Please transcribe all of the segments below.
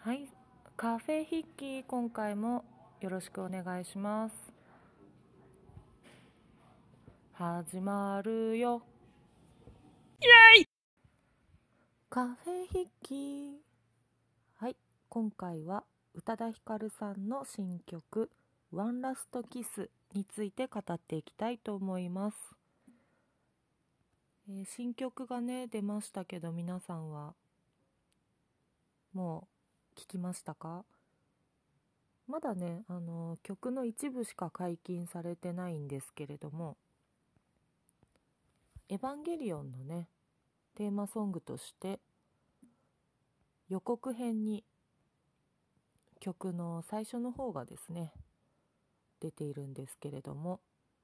はい、カフェ筆記、今回もよろしくお願いします。始まるよ。イエイ！カフェ筆記。はい、今回は宇多田ヒカルさんの新曲ワンラストキスについて語っていきたいと思います。新曲がね出ましたけど、皆さんはもう聞きましたか？まだね曲の一部しか解禁されてないんですけれども、エヴァンゲリオンのねテーマソングとして予告編に曲の最初の方がですね出ているんですけれども、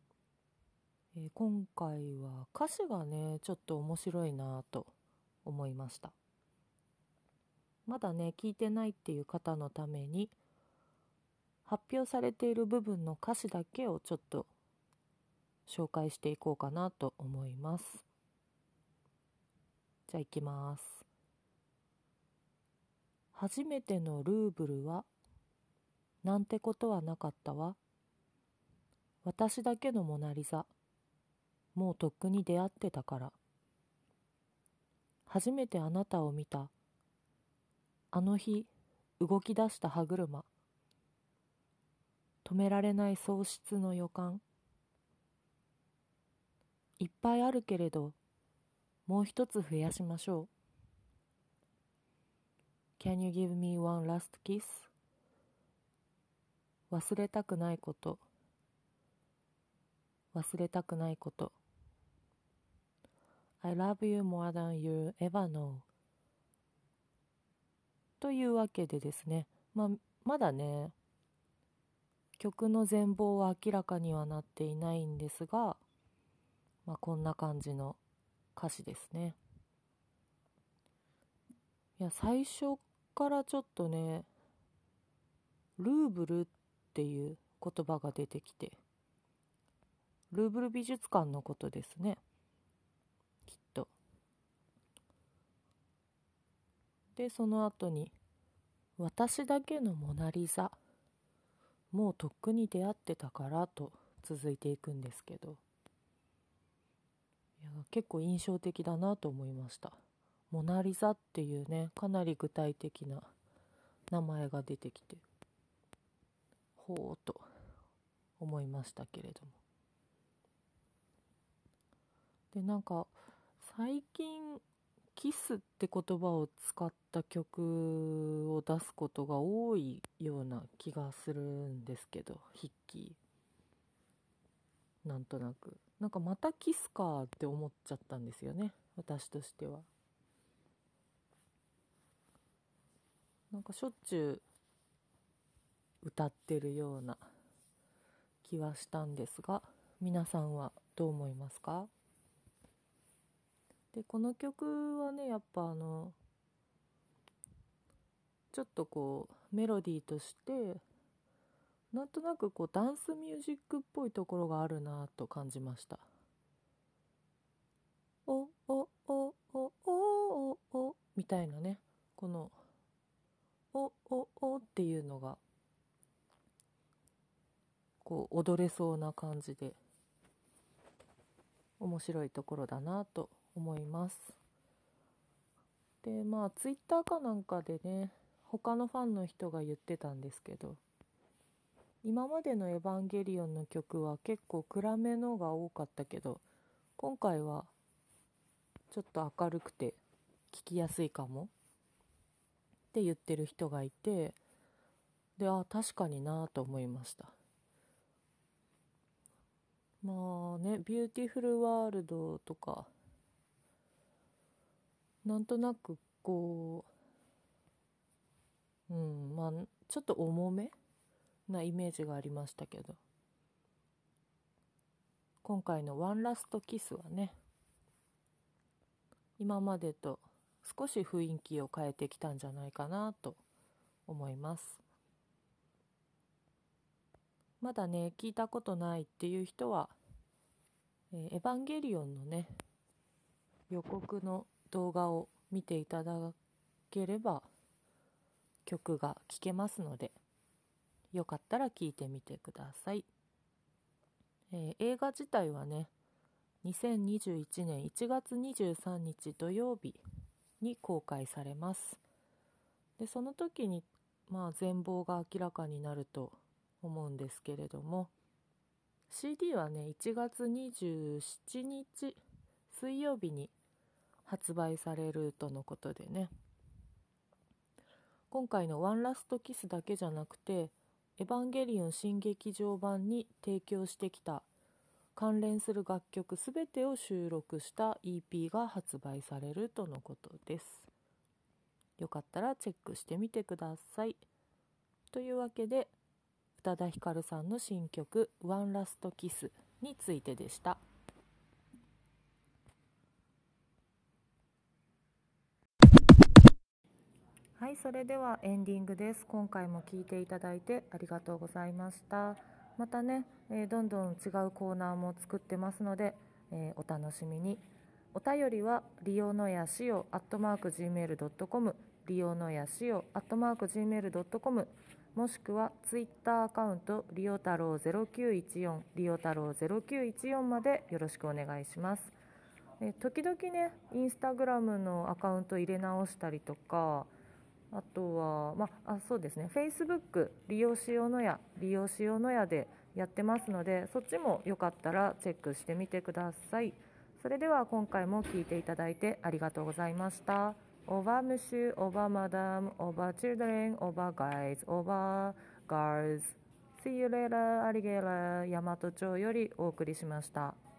今回は歌詞がねちょっと面白いなと思いました。まだね聞いてないっていう方のために発表されている部分の歌詞だけをちょっと紹介していこうかなと思います。じゃあ行きます。初めてのルーブルはなんてことはなかったわ。私だけのモナリザ、もうとっくに出会ってたから。初めてあなたを見た。あの日、動き出した歯車。止められない喪失の予感。いっぱいあるけれど、もう一つ増やしましょう。Can you give me one last kiss? 忘れたくないこと。忘れたくないこと。I love you more than you ever know. というわけでですね、まだね、曲の全貌は明らかにはなっていないんですが、こんな感じの歌詞ですね。いや、最初からちょっとね、ルーブルっていう言葉が出てきて、ルーブル美術館のことですね、きっと。で、その後に、私だけのモナリザ、もうとっくに出会ってたからと続いていくんですけど、いや結構印象的だなと思いました。モナリザっていうね、かなり具体的な名前が出てきて、ほうと思いましたけれども。で、なんか最近キスって言葉を使った曲を出すことが多いような気がするんですけど、筆記なんとなくまたキスかって思っちゃったんですよね、私としては。しょっちゅう歌ってるような気はしたんですが、皆さんはどう思いますか？で、この曲はね、やっぱちょっとこうメロディーとしてなんとなくこうダンスミュージックっぽいところがあるなと感じました。おおおおおおみたいなね、このおおおっていうのがこう踊れそうな感じで面白いところだなと思います。で、ツイッターかなんかでね、他のファンの人が言ってたんですけど、今までのエヴァンゲリオンの曲は結構暗めのが多かったけど、今回はちょっと明るくて聴きやすいかもって言ってる人がいて、で、確かになと思いました。ビューティフルワールドとかなんとなくこうちょっと重めなイメージがありましたけど、今回のワンラストキスはね、今までと少し雰囲気を変えてきたんじゃないかなと思います。まだね聞いたことないっていう人は、エヴァンゲリオンのね予告の動画を見ていただければ曲が聴けますので、よかったら聴いてみてください。映画自体はね、2021年1月23日土曜日に公開されます。でその時に全貌が明らかになると思うんですけれども、 CD はね1月27日水曜日に発売されるとのことでね、今回のワンラストキスだけじゃなくて、エヴァンゲリオン新劇場版に提供してきた関連する楽曲すべてを収録した EP が発売されるとのことです。よかったらチェックしてみてください。というわけで、宇多田ヒカルさんの新曲ワンラストキスについてでした。はい、それではエンディングです。今回も聴いていただいてありがとうございました。またね、どんどん違うコーナーも作ってますので、お楽しみに。お便りはリオノヤシオ@gmail.com、リオノヤシオ@gmail.com、もしくはツイッターアカウントリオ太郎0914、リオ太郎0914までよろしくお願いします。時々ねインスタグラムのアカウント入れ直したりとか、あとは、そうですね、Facebook 利用しようのやでやってますので、そっちもよかったらチェックしてみてください。それでは今回も聞いていただいてありがとうございました。オーバームッシュ、オーバーマダム、オーバーチルドレン、オーバーガイズ、オーバーガールズ。See you later, アリゲーラー、大和町よりお送りしました。